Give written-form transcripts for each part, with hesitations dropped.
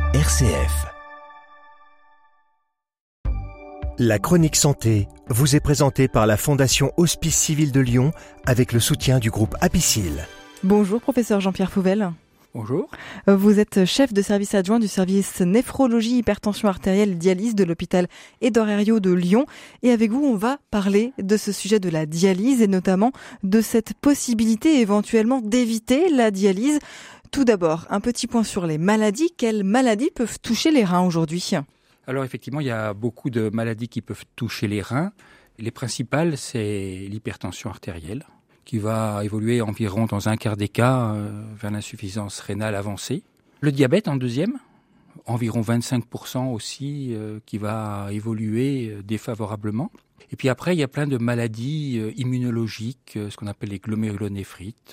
RCF. La chronique santé vous est présentée par la Fondation Hospice Civil de Lyon avec le soutien du groupe Apicil. Bonjour professeur Jean-Pierre Fouvel. Bonjour. Vous êtes chef de service adjoint du service néphrologie, hypertension artérielle, dialyse de l'hôpital Édouard Herriot de Lyon. Et avec vous, on va parler de ce sujet de la dialyse et notamment de cette possibilité éventuellement d'éviter la dialyse. Tout d'abord, un petit point sur les maladies. Quelles maladies peuvent toucher les reins aujourd'hui ? Alors effectivement, il y a beaucoup de maladies qui peuvent toucher les reins. Les principales, c'est l'hypertension artérielle, qui va évoluer environ dans un quart des cas vers l'insuffisance rénale avancée. Le diabète en deuxième, environ 25% aussi, qui va évoluer défavorablement. Et puis après, il y a plein de maladies immunologiques, ce qu'on appelle les glomérulonéphrites,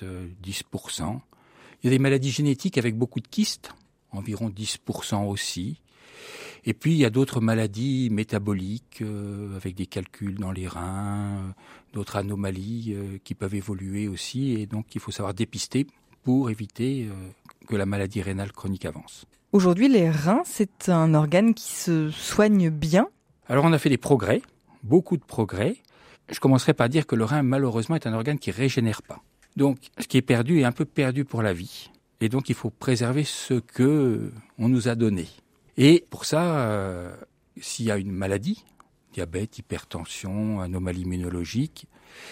10%. Il y a des maladies génétiques avec beaucoup de kystes, environ 10% aussi. Et puis, il y a d'autres maladies métaboliques avec des calculs dans les reins, d'autres anomalies qui peuvent évoluer aussi. Et donc, il faut savoir dépister pour éviter que la maladie rénale chronique avance. Aujourd'hui, les reins, c'est un organe qui se soigne bien. Alors, on a fait des progrès, beaucoup de progrès. Je commencerai par dire que le rein, malheureusement, est un organe qui ne régénère pas. Donc, ce qui est perdu est un peu perdu pour la vie. Et donc, il faut préserver ce que on nous a donné. Et pour ça, s'il y a une maladie, diabète, hypertension, anomalie immunologique,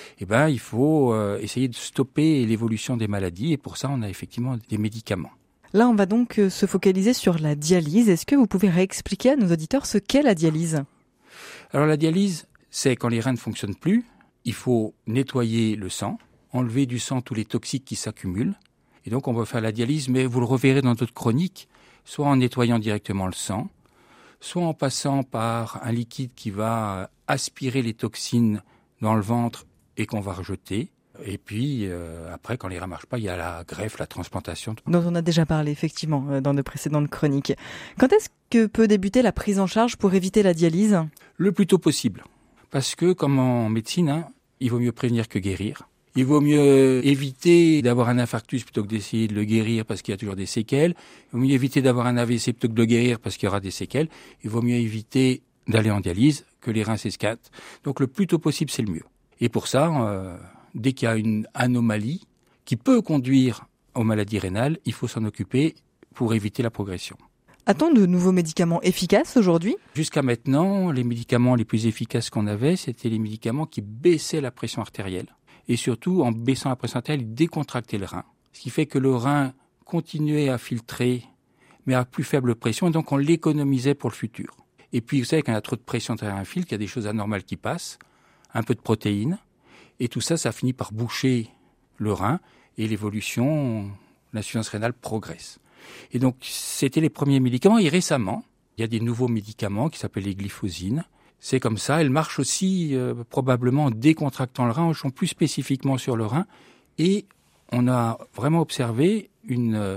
il faut essayer de stopper l'évolution des maladies. Et pour ça, on a effectivement des médicaments. Là, on va donc se focaliser sur la dialyse. Est-ce que vous pouvez réexpliquer à nos auditeurs ce qu'est la dialyse ? Alors, la dialyse, c'est quand les reins ne fonctionnent plus, il faut nettoyer le sang, enlever du sang tous les toxiques qui s'accumulent. Et donc, on va faire la dialyse, mais vous le reverrez dans d'autres chroniques, soit en nettoyant directement le sang, soit en passant par un liquide qui va aspirer les toxines dans le ventre et qu'on va rejeter. Et puis, après, quand les reins ne marchent pas, il y a la greffe, la transplantation. Dont on a déjà parlé, effectivement, dans de précédentes chroniques. Quand est-ce que peut débuter la prise en charge pour éviter la dialyse ? Le plus tôt possible. Parce que, comme en médecine, il vaut mieux prévenir que guérir. Il vaut mieux éviter d'avoir un infarctus plutôt que d'essayer de le guérir parce qu'il y a toujours des séquelles. Il vaut mieux éviter d'avoir un AVC plutôt que de le guérir parce qu'il y aura des séquelles. Il vaut mieux éviter d'aller en dialyse que les reins s'escatent. Donc le plus tôt possible, c'est le mieux. Et pour ça, dès qu'il y a une anomalie qui peut conduire aux maladies rénales, il faut s'en occuper pour éviter la progression. A-t-on de nouveaux médicaments efficaces aujourd'hui ? Jusqu'à maintenant, les médicaments les plus efficaces qu'on avait, c'était les médicaments qui baissaient la pression artérielle. Et surtout, en baissant la pression artérielle, il décontractait le rein. Ce qui fait que le rein continuait à filtrer, mais à plus faible pression, et donc on l'économisait pour le futur. Et puis, vous savez, quand il y a trop de pression derrière un filtre, il y a des choses anormales qui passent, un peu de protéines, et tout ça, ça finit par boucher le rein, et l'évolution, l'insuffisance rénale progresse. Et donc, c'était les premiers médicaments, et récemment, il y a des nouveaux médicaments qui s'appellent les glyphosines. C'est comme ça, elles marchent aussi probablement en décontractant le rein, en jouant plus spécifiquement sur le rein. Et on a vraiment observé une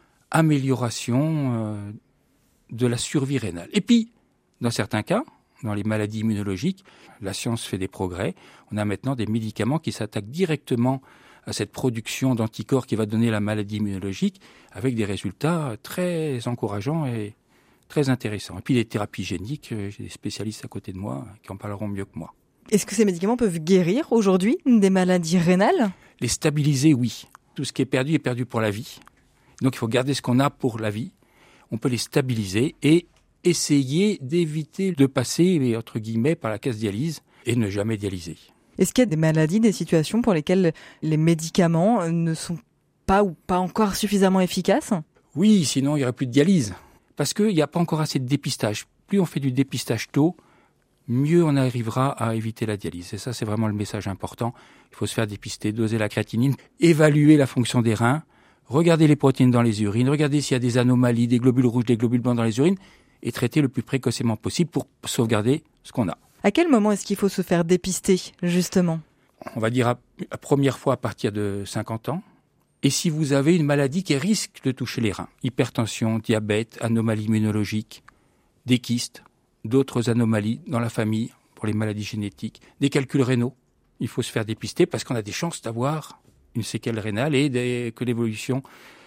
amélioration de la survie rénale. Et puis, dans certains cas, dans les maladies immunologiques, la science fait des progrès. On a maintenant des médicaments qui s'attaquent directement à cette production d'anticorps qui va donner la maladie immunologique, avec des résultats très encourageants et très intéressant. Et puis les thérapies géniques, j'ai des spécialistes à côté de moi qui en parleront mieux que moi. Est-ce que ces médicaments peuvent guérir aujourd'hui des maladies rénales ? Les stabiliser, oui. Tout ce qui est perdu pour la vie. Donc il faut garder ce qu'on a pour la vie. On peut les stabiliser et essayer d'éviter de passer, entre guillemets, par la case dialyse et ne jamais dialyser. Est-ce qu'il y a des maladies, des situations pour lesquelles les médicaments ne sont pas ou pas encore suffisamment efficaces ? Oui, sinon il n'y aurait plus de dialyse. Parce qu'il n'y a pas encore assez de dépistage. Plus on fait du dépistage tôt, mieux on arrivera à éviter la dialyse. Et ça, c'est vraiment le message important. Il faut se faire dépister, doser la créatinine, évaluer la fonction des reins, regarder les protéines dans les urines, regarder s'il y a des anomalies, des globules rouges, des globules blancs dans les urines, et traiter le plus précocement possible pour sauvegarder ce qu'on a. À quel moment est-ce qu'il faut se faire dépister, justement ? On va dire la première fois à partir de 50 ans. Et si vous avez une maladie qui risque de toucher les reins, hypertension, diabète, anomalie immunologique, des kystes, d'autres anomalies dans la famille pour les maladies génétiques, des calculs rénaux, il faut se faire dépister parce qu'on a des chances d'avoir une séquelle rénale et que l'évolution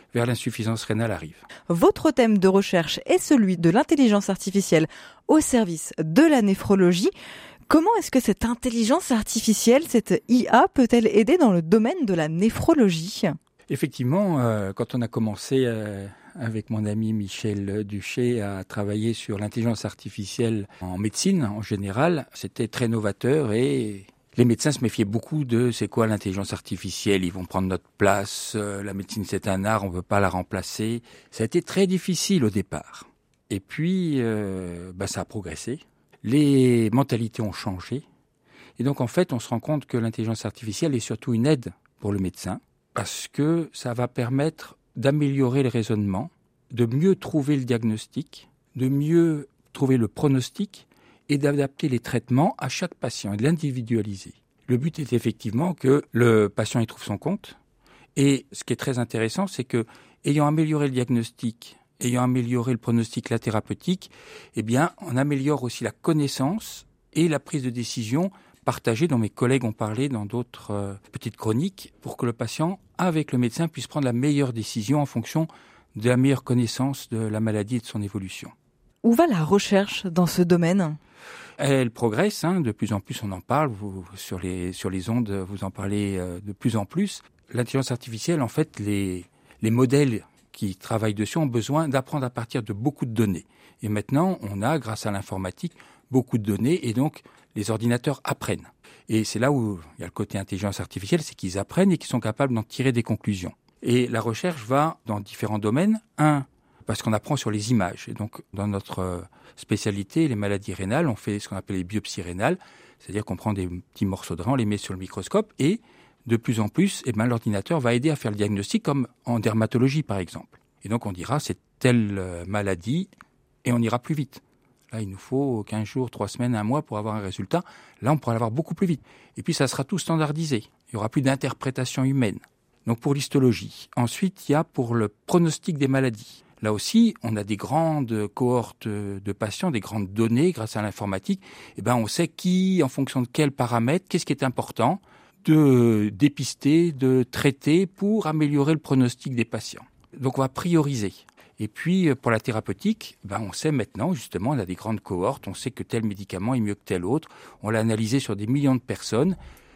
vers l'insuffisance rénale arrive. Votre thème de recherche est celui de l'intelligence artificielle au service de la néphrologie. Comment est-ce que cette intelligence artificielle, cette IA, peut-elle aider dans le domaine de la néphrologie ? Effectivement, quand on a commencé avec mon ami Michel Duché à travailler sur l'intelligence artificielle en médecine en général, c'était très novateur et les médecins se méfiaient beaucoup de c'est quoi l'intelligence artificielle, ils vont prendre notre place, la médecine c'est un art, on ne veut pas la remplacer. Ça a été très difficile au départ. Et puis, ça a progressé. Les mentalités ont changé. Et donc, en fait, on se rend compte que l'intelligence artificielle est surtout une aide pour le médecin parce que ça va permettre d'améliorer le raisonnement, de mieux trouver le diagnostic, de mieux trouver le pronostic et d'adapter les traitements à chaque patient et de l'individualiser. Le but est effectivement que le patient y trouve son compte. Et ce qui est très intéressant, c'est que, ayant amélioré le diagnostic, ayant amélioré le pronostic, la thérapeutique, on améliore aussi la connaissance et la prise de décision partagée dont mes collègues ont parlé dans d'autres petites chroniques pour que le patient, avec le médecin, puisse prendre la meilleure décision en fonction de la meilleure connaissance de la maladie et de son évolution. Où va la recherche dans ce domaine ? Elle progresse, de plus en plus on en parle, vous, sur les ondes vous en parlez de plus en plus. L'intelligence artificielle, en fait, les modèles qui travaillent dessus ont besoin d'apprendre à partir de beaucoup de données. Et maintenant, on a, grâce à l'informatique, beaucoup de données et donc les ordinateurs apprennent. Et c'est là où il y a le côté intelligence artificielle, c'est qu'ils apprennent et qu'ils sont capables d'en tirer des conclusions. Et la recherche va dans différents domaines. Parce qu'on apprend sur les images. Et donc, dans notre spécialité, les maladies rénales, on fait ce qu'on appelle les biopsies rénales, c'est-à-dire qu'on prend des petits morceaux de rein, on les met sur le microscope et de plus en plus, l'ordinateur va aider à faire le diagnostic comme en dermatologie, par exemple. Et donc, on dira c'est telle maladie et on ira plus vite. Là, il nous faut 15 jours, 3 semaines, 1 mois pour avoir un résultat. Là, on pourra l'avoir beaucoup plus vite. Et puis, ça sera tout standardisé. Il n'y aura plus d'interprétation humaine. Donc, pour l'histologie. Ensuite, il y a pour le pronostic des maladies. Là aussi, on a des grandes cohortes de patients, des grandes données grâce à l'informatique. On sait qui, en fonction de quels paramètres, qu'est-ce qui est important de dépister, de traiter pour améliorer le pronostic des patients. Donc, on va prioriser. Et puis, pour la thérapeutique, on sait maintenant, justement, on a des grandes cohortes, on sait que tel médicament est mieux que tel autre. On l'a analysé sur des millions de personnes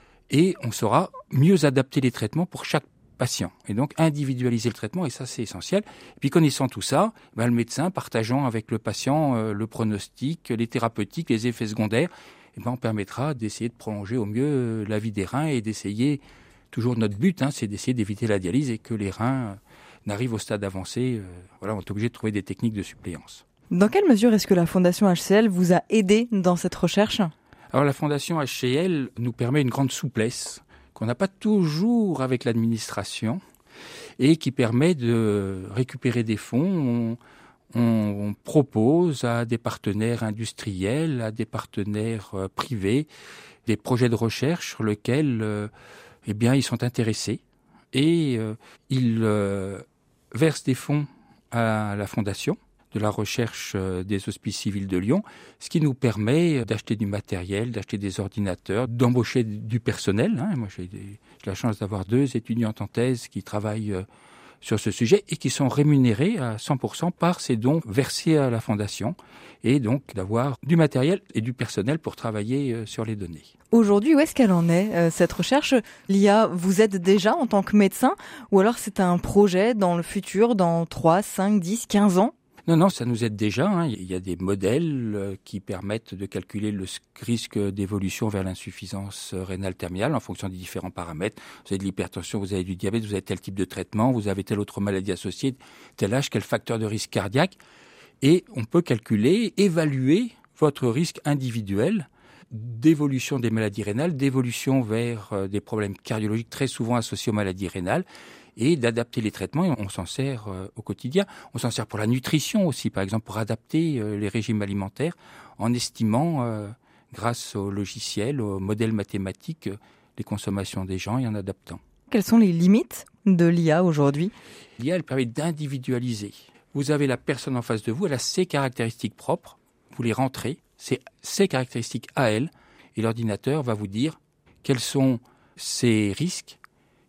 et on saura mieux adapter les traitements pour chaque patient. Et donc, individualiser le traitement, et ça, c'est essentiel. Et puis, connaissant tout ça, le médecin, partageant avec le patient le pronostic, les thérapeutiques, les effets secondaires, on permettra d'essayer de prolonger au mieux la vie des reins et d'essayer, toujours notre but, c'est d'essayer d'éviter la dialyse et que les reins n'arrivent au stade avancé. On est obligé de trouver des techniques de suppléance. Dans quelle mesure est-ce que la Fondation HCL vous a aidé dans cette recherche ? Alors, la Fondation HCL nous permet une grande souplesse qu'on n'a pas toujours avec l'administration et qui permet de récupérer des fonds. On propose à des partenaires industriels, à des partenaires privés, des projets de recherche sur lesquels ils sont intéressés et ils versent des fonds à la Fondation de la recherche des Hospices civils de Lyon, ce qui nous permet d'acheter du matériel, d'acheter des ordinateurs, d'embaucher du personnel. Moi, j'ai la chance d'avoir 2 étudiantes en thèse qui travaillent sur ce sujet et qui sont rémunérés à 100% par ces dons versés à la Fondation et donc d'avoir du matériel et du personnel pour travailler sur les données. Aujourd'hui, où est-ce qu'elle en est, cette recherche ? L'IA vous aide déjà en tant que médecin ou alors c'est un projet dans le futur, dans 3, 5, 10, 15 ans ? Non, ça nous aide déjà. Il y a des modèles qui permettent de calculer le risque d'évolution vers l'insuffisance rénale terminale en fonction des différents paramètres. Vous avez de l'hypertension, vous avez du diabète, vous avez tel type de traitement, vous avez telle autre maladie associée, tel âge, quel facteur de risque cardiaque. Et on peut calculer, évaluer votre risque individuel d'évolution des maladies rénales, d'évolution vers des problèmes cardiologiques très souvent associés aux maladies rénales, et d'adapter les traitements. Et on s'en sert au quotidien. On s'en sert pour la nutrition aussi, par exemple, pour adapter les régimes alimentaires en estimant, grâce au logiciel, au modèle mathématique, les consommations des gens et en adaptant. Quelles sont les limites de l'IA aujourd'hui ? L'IA, elle permet d'individualiser. Vous avez la personne en face de vous, elle a ses caractéristiques propres, vous les rentrez, c'est ses caractéristiques à elle, et l'ordinateur va vous dire quels sont ses risques,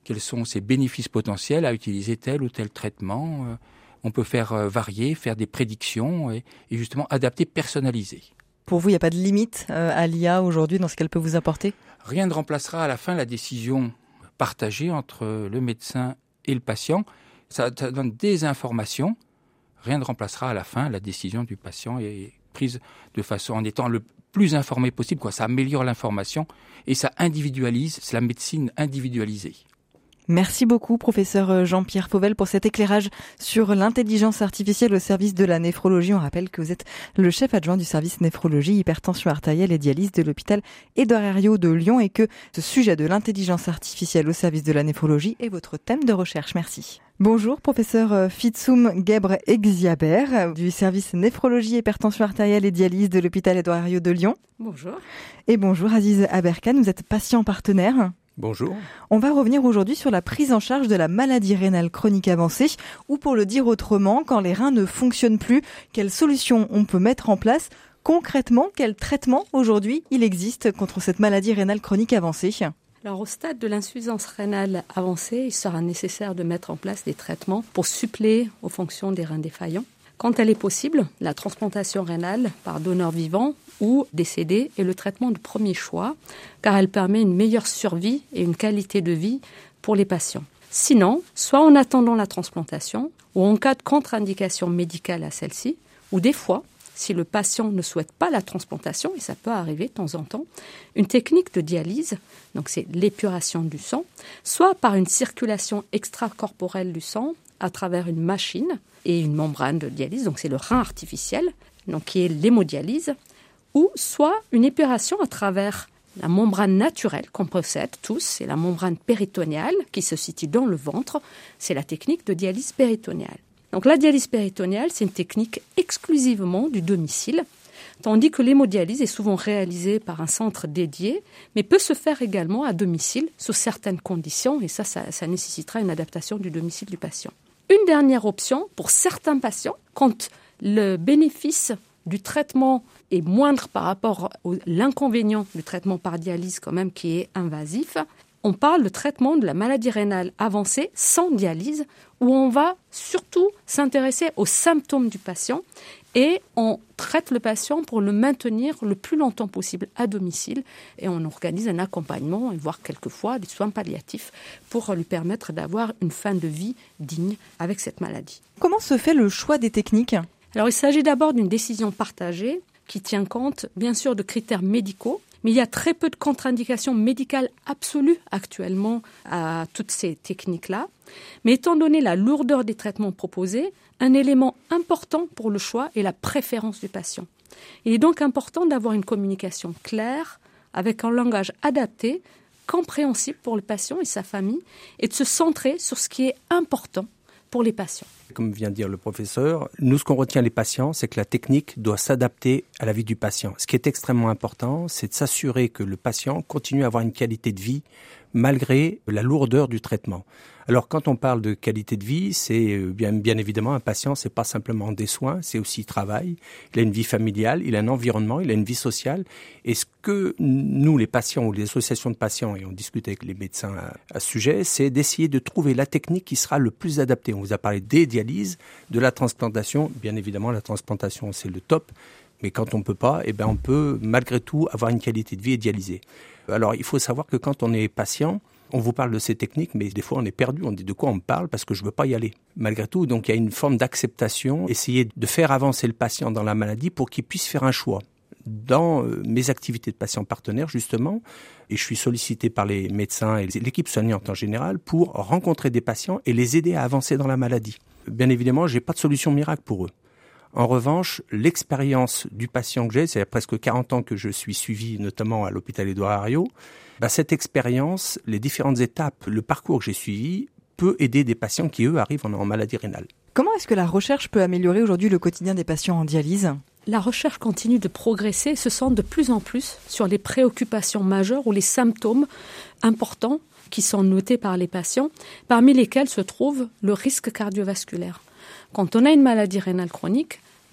quels sont ses bénéfices potentiels à utiliser tel ou tel traitement. On peut faire varier, faire des prédictions et justement adapter, personnaliser. Pour vous, il n'y a pas de limite à l'IA aujourd'hui dans ce qu'elle peut vous apporter ? Rien ne remplacera à la fin la décision partagée entre le médecin et le patient. Ça donne des informations. Rien ne remplacera à la fin la décision du patient et prise de façon en étant le plus informé possible. Ça améliore l'information et ça individualise. C'est la médecine individualisée. Merci beaucoup, professeur Jean-Pierre Fauvel, pour cet éclairage sur l'intelligence artificielle au service de la néphrologie. On rappelle que vous êtes le chef adjoint du service néphrologie, hypertension artérielle et dialyse de l'hôpital Édouard Herriot de Lyon et que ce sujet de l'intelligence artificielle au service de la néphrologie est votre thème de recherche. Merci. Bonjour, professeur Fitsum Gebre Exiaber du service néphrologie, hypertension artérielle et dialyse de l'hôpital Édouard Herriot de Lyon. Bonjour. Et bonjour, Aziz Aberkan, vous êtes patient partenaire. Bonjour. On va revenir aujourd'hui sur la prise en charge de la maladie rénale chronique avancée, ou pour le dire autrement, quand les reins ne fonctionnent plus, quelles solutions on peut mettre en place ? Concrètement, quel traitement aujourd'hui il existe contre cette maladie rénale chronique avancée ? Alors, au stade de l'insuffisance rénale avancée, il sera nécessaire de mettre en place des traitements pour suppléer aux fonctions des reins défaillants. Quand elle est possible, la transplantation rénale par donneur vivant ou décédé est le traitement de premier choix, car elle permet une meilleure survie et une qualité de vie pour les patients. Sinon, soit en attendant la transplantation, ou en cas de contre-indication médicale à celle-ci, ou des fois, si le patient ne souhaite pas la transplantation, et ça peut arriver de temps en temps, une technique de dialyse, donc c'est l'épuration du sang, soit par une circulation extracorporelle du sang à travers une machine et une membrane de dialyse, donc c'est le rein artificiel, donc qui est l'hémodialyse, ou soit une épuration à travers la membrane naturelle qu'on possède tous, c'est la membrane péritonéale qui se situe dans le ventre, c'est la technique de dialyse péritonéale. Donc la dialyse péritonéale, c'est une technique exclusivement du domicile, tandis que l'hémodialyse est souvent réalisée par un centre dédié, mais peut se faire également à domicile sous certaines conditions, et ça nécessitera une adaptation du domicile du patient. Une dernière option pour certains patients, quand le bénéfice du traitement est moindre par rapport à l'inconvénient du traitement par dialyse quand même qui est invasif, on parle de traitement de la maladie rénale avancée sans dialyse, où on va surtout s'intéresser aux symptômes du patient et on traite le patient pour le maintenir le plus longtemps possible à domicile et on organise un accompagnement et voire quelquefois des soins palliatifs pour lui permettre d'avoir une fin de vie digne avec cette maladie. Comment se fait le choix des techniques ? Alors il s'agit d'abord d'une décision partagée qui tient compte bien sûr de critères médicaux, mais il y a très peu de contre-indications médicales absolues actuellement à toutes ces techniques-là. Mais étant donné la lourdeur des traitements proposés, un élément important pour le choix est la préférence du patient. Il est donc important d'avoir une communication claire, avec un langage adapté, compréhensible pour le patient et sa famille, et de se centrer sur ce qui est important pour les patients. Comme vient de dire le professeur, nous, ce qu'on retient les patients, c'est que la technique doit s'adapter à la vie du patient. Ce qui est extrêmement important, c'est de s'assurer que le patient continue à avoir une qualité de vie malgré la lourdeur du traitement. Alors, quand on parle de qualité de vie, c'est bien évidemment un patient, c'est pas simplement des soins, c'est aussi travail. Il a une vie familiale, il a un environnement, il a une vie sociale. Et ce que nous, les patients ou les associations de patients, et on discute avec les médecins à ce sujet, c'est d'essayer de trouver la technique qui sera le plus adaptée. On vous a parlé des dialyses, de la transplantation. Bien évidemment, la transplantation, c'est le top. Mais quand on peut pas, on peut malgré tout avoir une qualité de vie et dialyser. Alors, il faut savoir que quand on est patient, on vous parle de ces techniques, mais des fois on est perdu, on dit de quoi on me parle parce que je veux pas y aller. Malgré tout, donc il y a une forme d'acceptation, essayer de faire avancer le patient dans la maladie pour qu'il puisse faire un choix. Dans mes activités de patient partenaire, justement, et je suis sollicité par les médecins et l'équipe soignante en général pour rencontrer des patients et les aider à avancer dans la maladie. Bien évidemment, j'ai pas de solution miracle pour eux. En revanche, l'expérience du patient que j'ai, c'est presque 40 ans que je suis suivi, notamment à l'hôpital Édouard Herriot, cette expérience, les différentes étapes, le parcours que j'ai suivi, peut aider des patients qui, eux, arrivent en maladie rénale. Comment est-ce que la recherche peut améliorer aujourd'hui le quotidien des patients en dialyse ? La recherche continue de progresser et se centre de plus en plus sur les préoccupations majeures ou les symptômes importants qui sont notés par les patients, parmi lesquels se trouve le risque cardiovasculaire. Quand on a une maladie rénale chronique,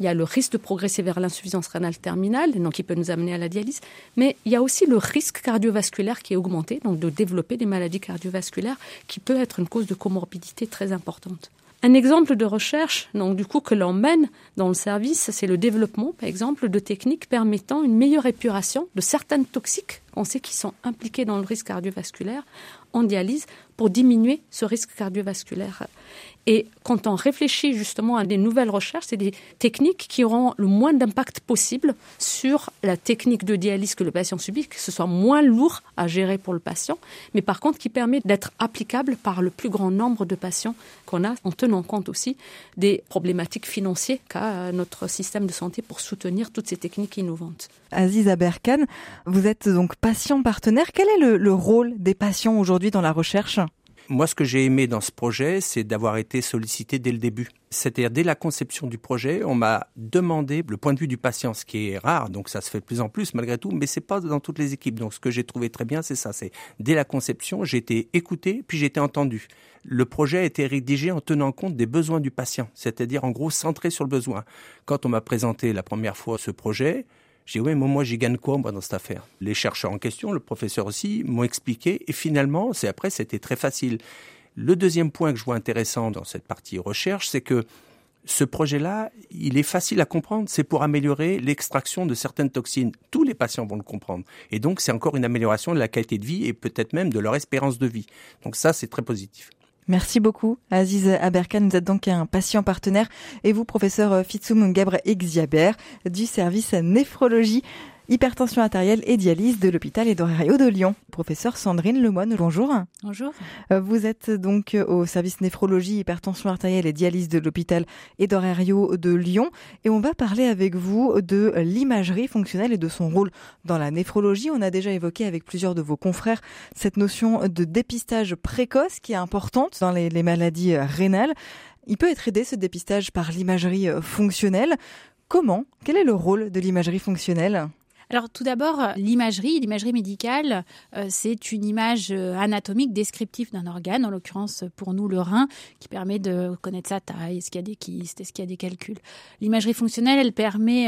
il y a le risque de progresser vers l'insuffisance rénale terminale, donc qui peut nous amener à la dialyse, mais il y a aussi le risque cardiovasculaire qui est augmenté, donc de développer des maladies cardiovasculaires qui peut être une cause de comorbidité très importante. Un exemple de recherche, donc du coup que l'on mène dans le service, c'est le développement, par exemple, de techniques permettant une meilleure épuration de certaines toxiques qu'on sait qui sont impliqués dans le risque cardiovasculaire en dialyse pour diminuer ce risque cardiovasculaire. Et quand on réfléchit justement à des nouvelles recherches, c'est des techniques qui auront le moins d'impact possible sur la technique de dialyse que le patient subit, que ce soit moins lourd à gérer pour le patient, mais par contre qui permet d'être applicable par le plus grand nombre de patients qu'on a, en tenant compte aussi des problématiques financières qu'a notre système de santé pour soutenir toutes ces techniques innovantes. Aziz Aberkan, vous êtes donc patient partenaire. Quel est le rôle des patients aujourd'hui dans la recherche ? Moi, ce que j'ai aimé dans ce projet, c'est d'avoir été sollicité dès le début. C'est-à-dire, dès la conception du projet, on m'a demandé le point de vue du patient, ce qui est rare, donc ça se fait de plus en plus malgré tout, mais c'est pas dans toutes les équipes. Donc, ce que j'ai trouvé très bien, c'est ça. C'est dès la conception, j'ai été écouté, puis j'ai été entendu. Le projet a été rédigé en tenant compte des besoins du patient, c'est-à-dire, en gros, centré sur le besoin. Quand on m'a présenté la première fois ce projet, j'ai dit, oui, mais moi, j'y gagne quoi, moi, dans cette affaire? Les chercheurs en question, le professeur aussi, m'ont expliqué. Et finalement, c'était très facile. Le deuxième point que je vois intéressant dans cette partie recherche, c'est que ce projet-là, il est facile à comprendre. C'est pour améliorer l'extraction de certaines toxines. Tous les patients vont le comprendre. Et donc, c'est encore une amélioration de la qualité de vie et peut-être même de leur espérance de vie. Donc ça, c'est très positif. Merci beaucoup, Aziz Aberkan. Vous êtes donc un patient partenaire et vous, professeur Fitsum Gabre-Exiaber du service néphrologie, hypertension artérielle et dialyse de l'hôpital Edorario de Lyon. Professeur Sandrine Lemoine, bonjour. Bonjour. Vous êtes donc au service néphrologie, hypertension artérielle et dialyse de l'hôpital Edorario de Lyon. Et on va parler avec vous de l'imagerie fonctionnelle et de son rôle dans la néphrologie. On a déjà évoqué avec plusieurs de vos confrères cette notion de dépistage précoce qui est importante dans les maladies rénales. Il peut être aidé, ce dépistage, par l'imagerie fonctionnelle. Comment ? Quel est le rôle de l'imagerie fonctionnelle ? Alors tout d'abord, l'imagerie médicale, c'est une image anatomique descriptive d'un organe, en l'occurrence pour nous le rein, qui permet de connaître sa taille, est-ce qu'il y a des kystes, est-ce qu'il y a des calculs. L'imagerie fonctionnelle, elle permet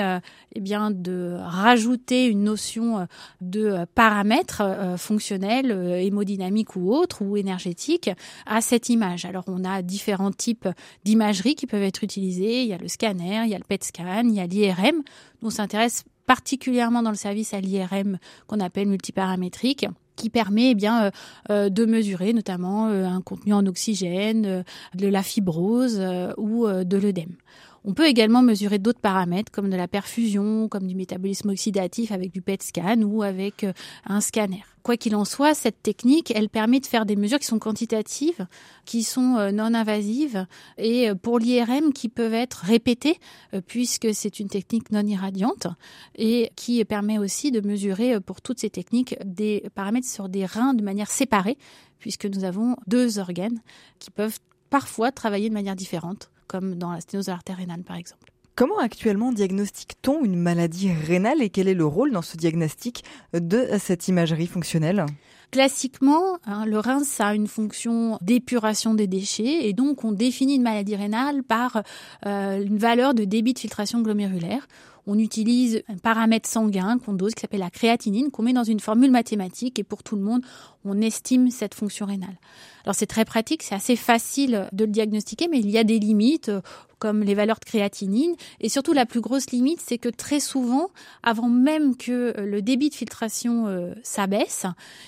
de rajouter une notion de paramètres fonctionnels, hémodynamiques ou autres, ou énergétiques, à cette image. Alors on a différents types d'imagerie qui peuvent être utilisées. Il y a le scanner, il y a le PET scan, il y a l'IRM. On s'intéresse particulièrement dans le service à l'IRM qu'on appelle multiparamétrique, qui permet de mesurer notamment un contenu en oxygène, de la fibrose ou de l'œdème. On peut également mesurer d'autres paramètres comme de la perfusion, comme du métabolisme oxydatif avec du PET scan ou avec un scanner. Quoi qu'il en soit, cette technique, elle permet de faire des mesures qui sont quantitatives, qui sont non invasives et pour l'IRM qui peuvent être répétées puisque c'est une technique non irradiante et qui permet aussi de mesurer pour toutes ces techniques des paramètres sur des reins de manière séparée puisque nous avons deux organes qui peuvent parfois travailler de manière différente, comme dans la sténose de l'artère rénale par exemple. Comment actuellement diagnostique-t-on une maladie rénale et quel est le rôle dans ce diagnostic de cette imagerie fonctionnelle ? Classiquement, le rein, ça a une fonction d'épuration des déchets et donc on définit une maladie rénale par une valeur de débit de filtration glomérulaire. On utilise un paramètre sanguin qu'on dose qui s'appelle la créatinine, qu'on met dans une formule mathématique et pour tout le monde, on estime cette fonction rénale. Alors c'est très pratique, c'est assez facile de le diagnostiquer, mais il y a des limites comme les valeurs de créatinine. Et surtout, la plus grosse limite, c'est que très souvent, avant même que le débit de filtration s'abaisse,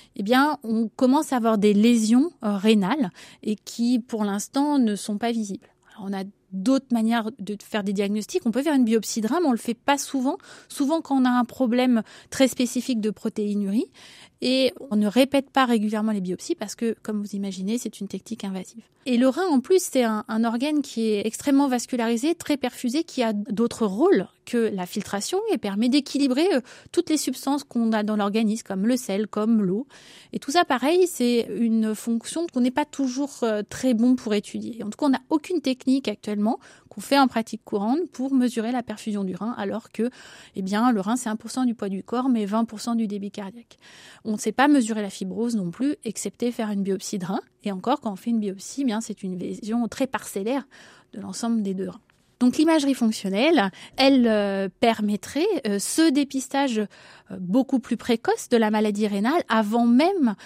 on commence à avoir des lésions rénales et qui, pour l'instant, ne sont pas visibles. Alors, on a d'autres manières de faire des diagnostics. On peut faire une biopsie de rein, mais on le fait pas souvent. Souvent quand on a un problème très spécifique de protéinurie. Et on ne répète pas régulièrement les biopsies parce que, comme vous imaginez, c'est une technique invasive. Et le rein, en plus, c'est un organe qui est extrêmement vascularisé, très perfusé, qui a d'autres rôles que la filtration et permet d'équilibrer toutes les substances qu'on a dans l'organisme, comme le sel, comme l'eau. Et tout ça, pareil, c'est une fonction qu'on n'est pas toujours très bon pour étudier. En tout cas, on n'a aucune technique actuellement qu'on fait en pratique courante pour mesurer la perfusion du rein, alors que le rein, c'est 1% du poids du corps, mais 20% du débit cardiaque. On ne sait pas mesurer la fibrose non plus, excepté faire une biopsie de rein. Et encore, quand on fait une biopsie, c'est une vision très parcellaire de l'ensemble des deux reins. Donc l'imagerie fonctionnelle, elle permettrait ce dépistage beaucoup plus précoce de la maladie rénale avant même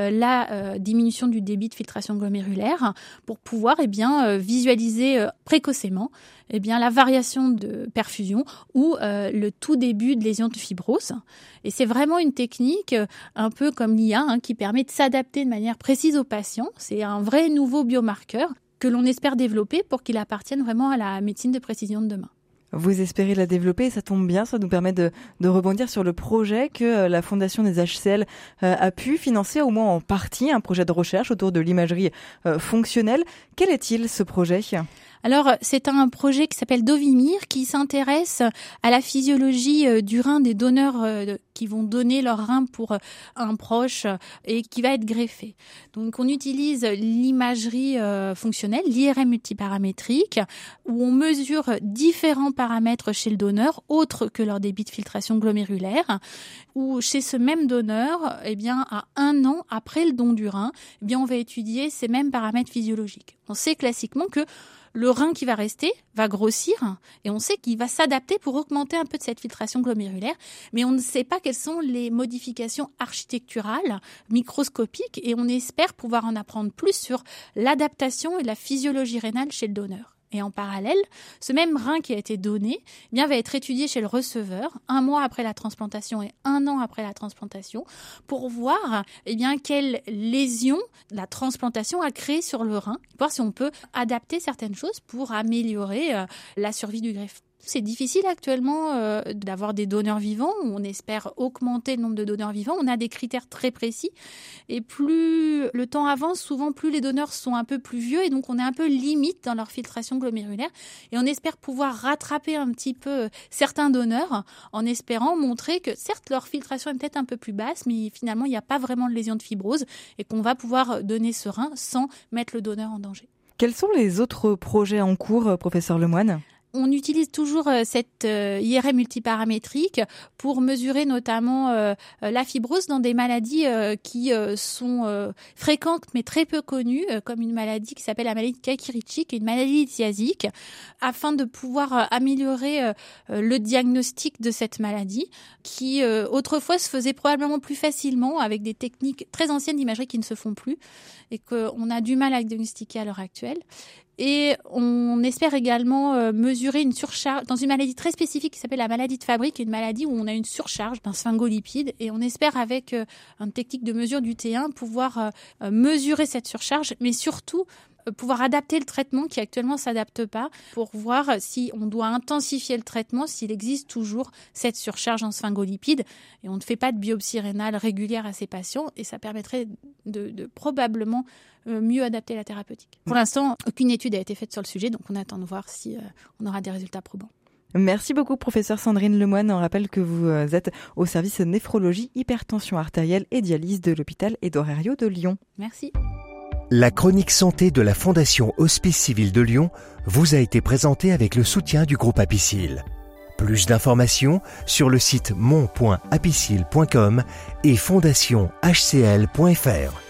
la diminution du débit de filtration glomérulaire pour pouvoir visualiser précocement la variation de perfusion ou le tout début de lésion de fibrose. Et c'est vraiment une technique un peu comme l'IA qui permet de s'adapter de manière précise aux patients. C'est un vrai nouveau biomarqueur que l'on espère développer pour qu'il appartienne vraiment à la médecine de précision de demain. Vous espérez la développer et ça tombe bien, ça nous permet de rebondir sur le projet que la Fondation des HCL a pu financer au moins en partie, un projet de recherche autour de l'imagerie fonctionnelle. Quel est-il ce projet ? Alors, c'est un projet qui s'appelle Dovimir, qui s'intéresse à la physiologie du rein des donneurs qui vont donner leur rein pour un proche et qui va être greffé. Donc, on utilise l'imagerie fonctionnelle, l'IRM multiparamétrique, où on mesure différents paramètres chez le donneur, autres que leur débit de filtration glomérulaire, où chez ce même donneur, à 1 an après le don du rein, on va étudier ces mêmes paramètres physiologiques. On sait classiquement que le rein qui va rester va grossir et on sait qu'il va s'adapter pour augmenter un peu de cette filtration glomérulaire, mais on ne sait pas quelles sont les modifications architecturales, microscopiques, et on espère pouvoir en apprendre plus sur l'adaptation et la physiologie rénale chez le donneur. Et en parallèle, ce même rein qui a été donné va être étudié chez le receveur 1 mois après la transplantation et 1 an après la transplantation pour voir quelle lésion la transplantation a créée sur le rein, voir si on peut adapter certaines choses pour améliorer la survie du greffe. C'est difficile actuellement d'avoir des donneurs vivants. On espère augmenter le nombre de donneurs vivants. On a des critères très précis. Et plus le temps avance, souvent plus les donneurs sont un peu plus vieux et donc on est un peu limite dans leur filtration glomérulaire. Et on espère pouvoir rattraper un petit peu certains donneurs en espérant montrer que certes leur filtration est peut-être un peu plus basse, mais finalement il n'y a pas vraiment de lésion de fibrose et qu'on va pouvoir donner ce rein sans mettre le donneur en danger. Quels sont les autres projets en cours, professeur Lemoine ? On utilise toujours cette IRM multiparamétrique pour mesurer notamment la fibrose dans des maladies qui sont fréquentes mais très peu connues, comme une maladie qui s'appelle la maladie de Kakirichi, qui est une maladie litiasique, afin de pouvoir améliorer le diagnostic de cette maladie qui autrefois se faisait probablement plus facilement avec des techniques très anciennes d'imagerie qui ne se font plus et qu'on a du mal à diagnostiquer à l'heure actuelle. Et on espère également mesurer une surcharge dans une maladie très spécifique qui s'appelle la maladie de Fabry, qui est une maladie où on a une surcharge d'un sphingolipide. Et on espère avec une technique de mesure du T1 pouvoir mesurer cette surcharge, mais surtout pouvoir adapter le traitement qui actuellement ne s'adapte pas pour voir si on doit intensifier le traitement, s'il existe toujours cette surcharge en sphingolipides. Et on ne fait pas de biopsie rénale régulière à ces patients et ça permettrait de probablement mieux adapter la thérapeutique. Pour l'instant, aucune étude a été faite sur le sujet, donc on attend de voir si on aura des résultats probants. Merci beaucoup, professeur Sandrine Lemoine. On rappelle que vous êtes au service néphrologie, hypertension artérielle et dialyse de l'hôpital Édouard Herriot de Lyon. Merci. La chronique santé de la Fondation Hospice Civil de Lyon vous a été présentée avec le soutien du groupe Apicil. Plus d'informations sur le site mon.apicil.com et fondation hcl.fr.